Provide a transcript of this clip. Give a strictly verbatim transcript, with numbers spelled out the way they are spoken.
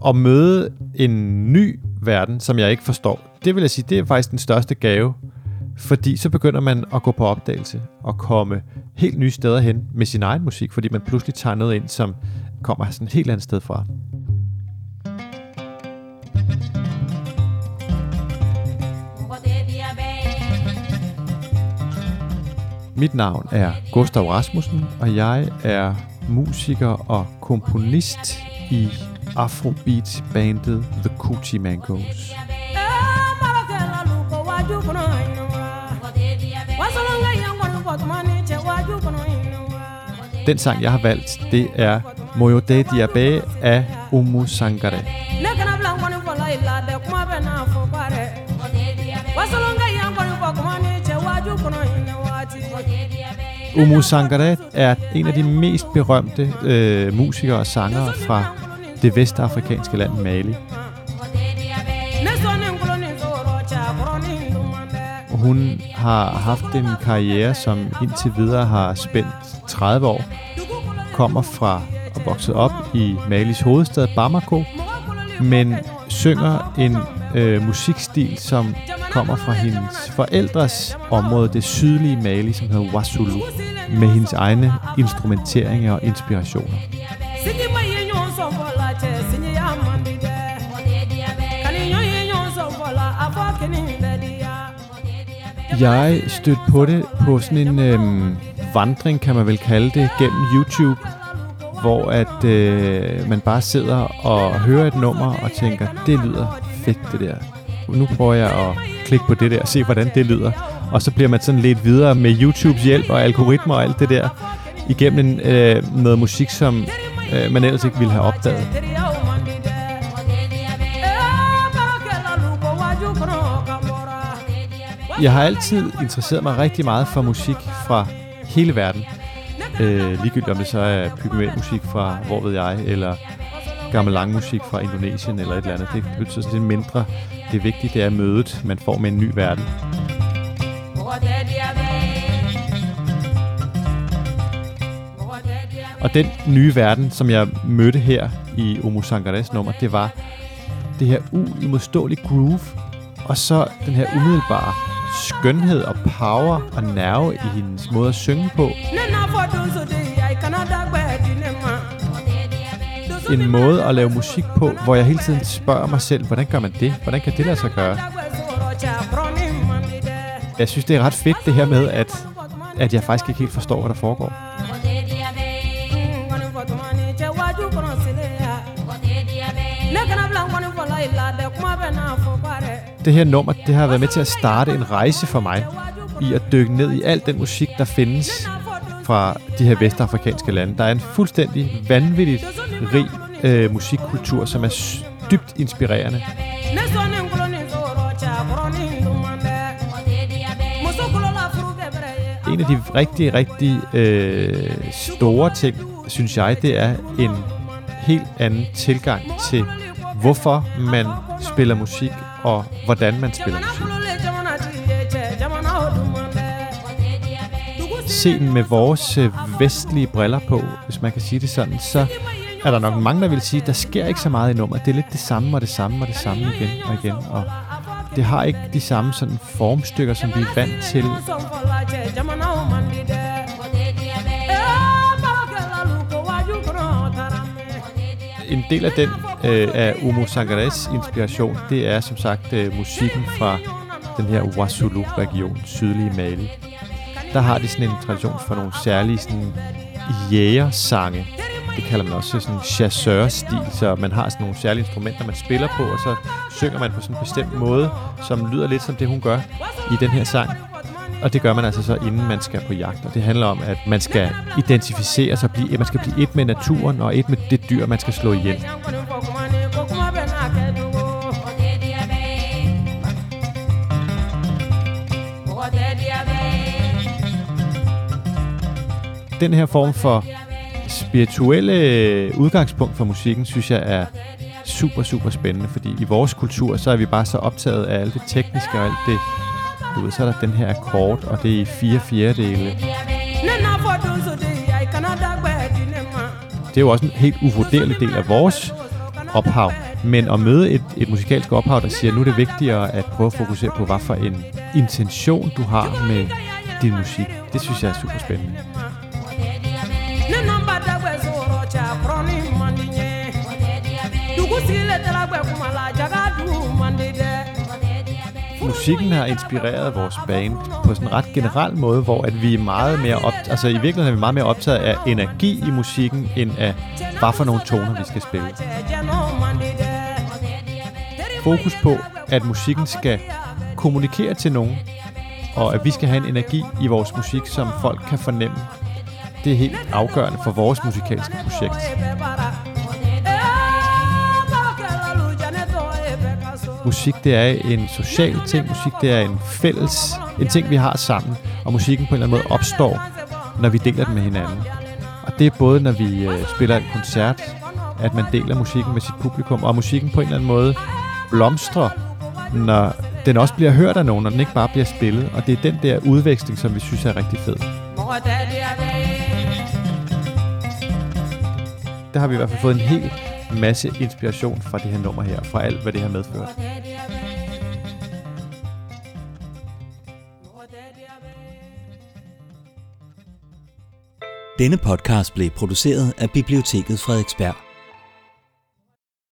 at møde en ny verden, som jeg ikke forstår, det vil jeg sige, det er faktisk den største gave. Fordi så begynder man at gå på opdagelse og komme helt nye steder hen med sin egen musik, fordi man pludselig tager noget ind, som kommer sådan et helt andet sted fra. Mit navn er Gustav Rasmussen, og jeg er musiker og komponist i Afrobeat-bandet The Coochie Mangoes. Den sang, jeg har valgt, det er Moyo de Diabe af Oumou Sangaré. Oumou Sangaré er en af de mest berømte øh, musikere og sangere fra det vestafrikanske land Mali. Hun har haft en karriere, som indtil videre har spændt tredive år. Kommer fra og vokset op i Malis hovedstad Bamako, men synger en øh, musikstil, som kommer fra hendes forældres område, det sydlige Mali, som hedder Wassoulou, med hendes egne instrumenteringer og inspirationer. Jeg stødte på det på sådan en øhm, vandring, kan man vel kalde det, gennem YouTube, hvor at øh, man bare sidder og hører et nummer og tænker, det lyder fedt det der. Nu prøver jeg at klikke på det der og se, hvordan det lyder. Og så bliver man sådan lidt videre med YouTubes hjælp og algoritmer og alt det der, igennem en, øh, noget musik, som øh, man ellers ikke ville have opdaget. Jeg har altid interesseret mig rigtig meget for musik fra hele verden. Øh, ligegyldigt om det så er pygmæ-musik fra, hvor ved jeg, eller gamelan musik fra Indonesien eller et eller andet. Det betyder sådan lidt mindre. Det vigtige, det er mødet, man får med en ny verden. Og den nye verden, som jeg mødte her i Oumou Sangarés nummer, det var det her uimodståelige groove, og så den her umiddelbare skønhed og power og nerve i hendes måde at synge på. En måde at lave musik på, hvor jeg hele tiden spørger mig selv, hvordan gør man det? Hvordan kan det lade sig gøre? Jeg synes, det er ret fedt det her med, at, at jeg faktisk ikke helt forstår, hvad der foregår. Det her nummer, det har været med til at starte en rejse for mig i at dykke ned i al den musik, der findes fra de her vestafrikanske lande. Der er en fuldstændig vanvittigt rig øh, musikkultur, som er dybt inspirerende. En af de rigtig, rigtig øh, store ting, synes jeg, det er en helt anden tilgang til, hvorfor man spiller musik, og hvordan man spiller musik. Se den med vores vestlige briller på, hvis man kan sige det sådan, så er der nok mange, der vil sige, at der sker ikke så meget i nummer. Det er lidt det samme og det samme og det samme igen og igen. Og det har ikke de samme sådan formstykker, som vi er vant til. En del af den øh, af Oumou Sangarés inspiration, det er som sagt øh, musikken fra den her Wassoulou-region, sydlige Mali. Der har de sådan en tradition for nogle særlige sådan jægersange. Det kalder man også sådan en chasseur-stil, så man har sådan nogle særlige instrumenter, man spiller på, og så synger man på sådan en bestemt måde, som lyder lidt som det, hun gør i den her sang. Og det gør man altså så, inden man skal på jagt. Og det handler om, at man skal identificere sig, blive, man skal blive et med naturen og et med det dyr, man skal slå ihjel. Den her form for spirituelle udgangspunkt for musikken, synes jeg er super, super spændende, fordi i vores kultur, så er vi bare så optaget af alt det tekniske og alt det. Du ved, så er der den her akkord, og det er i fire fjerdedele. Det er jo også en helt uvurderlig del af vores ophav. Men at møde et, et musikalsk ophav, der siger, nu er det vigtigere at prøve at fokusere på, hvad for en intention du har med din musik, det synes jeg er super spændende. Musikken har inspireret vores band på sådan en ret generel måde, hvor at vi er meget mere op, altså i virkeligheden er vi meget mere optaget af energi i musikken, end af hvad for nogle toner vi skal spille. Fokus på, at musikken skal kommunikere til nogen, og at vi skal have en energi i vores musik, som folk kan fornemme. Det er helt afgørende for vores musikalske projekt. Musik, det er en social ting. Musik, det er en fælles, en ting, vi har sammen. Og musikken på en eller anden måde opstår, når vi deler den med hinanden. Og det er både, når vi øh, spiller en koncert, at man deler musikken med sit publikum, og musikken på en eller anden måde blomstrer, når den også bliver hørt af nogen, når den ikke bare bliver spillet. Og det er den der udveksling, som vi synes er rigtig fed. Der har vi i hvert fald fået en hel masse inspiration fra det her nummer her, fra alt, hvad det har medført. Denne podcast blev produceret af Biblioteket Frederiksberg.